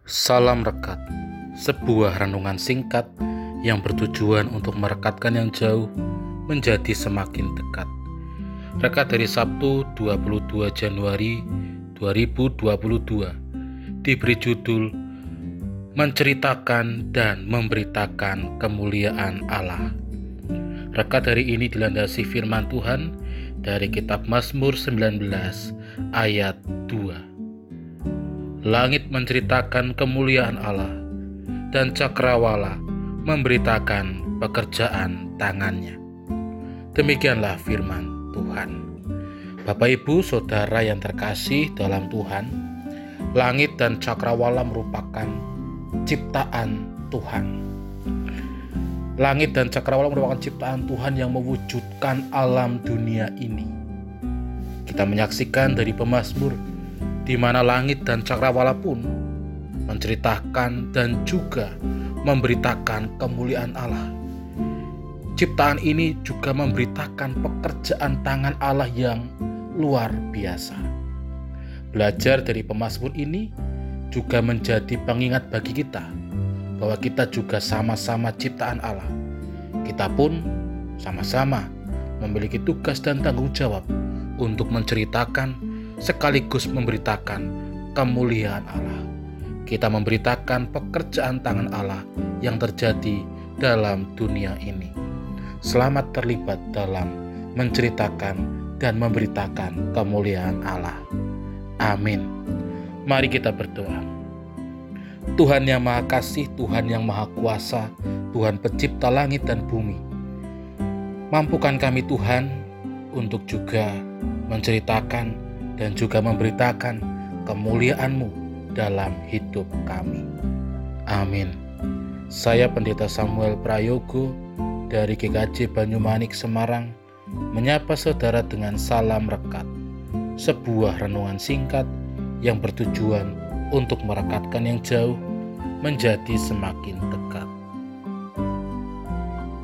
Salam Rekat, sebuah renungan singkat yang bertujuan untuk merekatkan yang jauh menjadi semakin dekat. Rekat dari Sabtu 22 Januari 2022 diberi judul Menceritakan dan Memberitakan Kemuliaan Allah. Rekat hari ini dilandasi firman Tuhan dari kitab Mazmur 19 ayat 2. Langit menceritakan kemuliaan Allah, dan cakrawala memberitakan pekerjaan tangannya. Demikianlah firman Tuhan. Bapak, Ibu, Saudara yang terkasih dalam Tuhan, langit dan cakrawala merupakan ciptaan Tuhan. Langit dan cakrawala merupakan ciptaan Tuhan yang mewujudkan alam dunia ini. Kita menyaksikan dari pemazmur di mana langit dan cakrawala pun menceritakan dan juga memberitakan kemuliaan Allah. Ciptaan ini juga memberitakan pekerjaan tangan Allah yang luar biasa. Belajar dari pemazmur ini juga menjadi pengingat bagi kita bahwa kita juga sama-sama ciptaan Allah. Kita pun sama-sama memiliki tugas dan tanggung jawab untuk menceritakan sekaligus memberitakan kemuliaan Allah. Kita memberitakan pekerjaan tangan Allah yang terjadi dalam dunia ini. Selamat terlibat dalam menceritakan dan memberitakan kemuliaan Allah. Amin. Mari kita berdoa. Tuhan yang Maha Kasih, Tuhan yang Maha Kuasa, Tuhan pencipta langit dan bumi, mampukan kami Tuhan untuk juga menceritakan dan juga memberitakan kemuliaan-Mu dalam hidup kami. Amin. Saya Pendeta Samuel Prayogo dari GKJ Banyumanik, Semarang, menyapa saudara dengan salam rekat, sebuah renungan singkat yang bertujuan untuk merekatkan yang jauh menjadi semakin dekat.